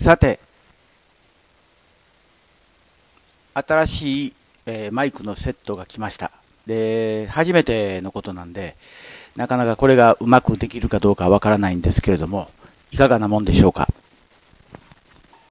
さて、新しい、マイクのセットが来ました。で、初めてのことなんで、なかなかこれがうまくできるかどうかわからないんですけれども、いかがなもんでしょうか。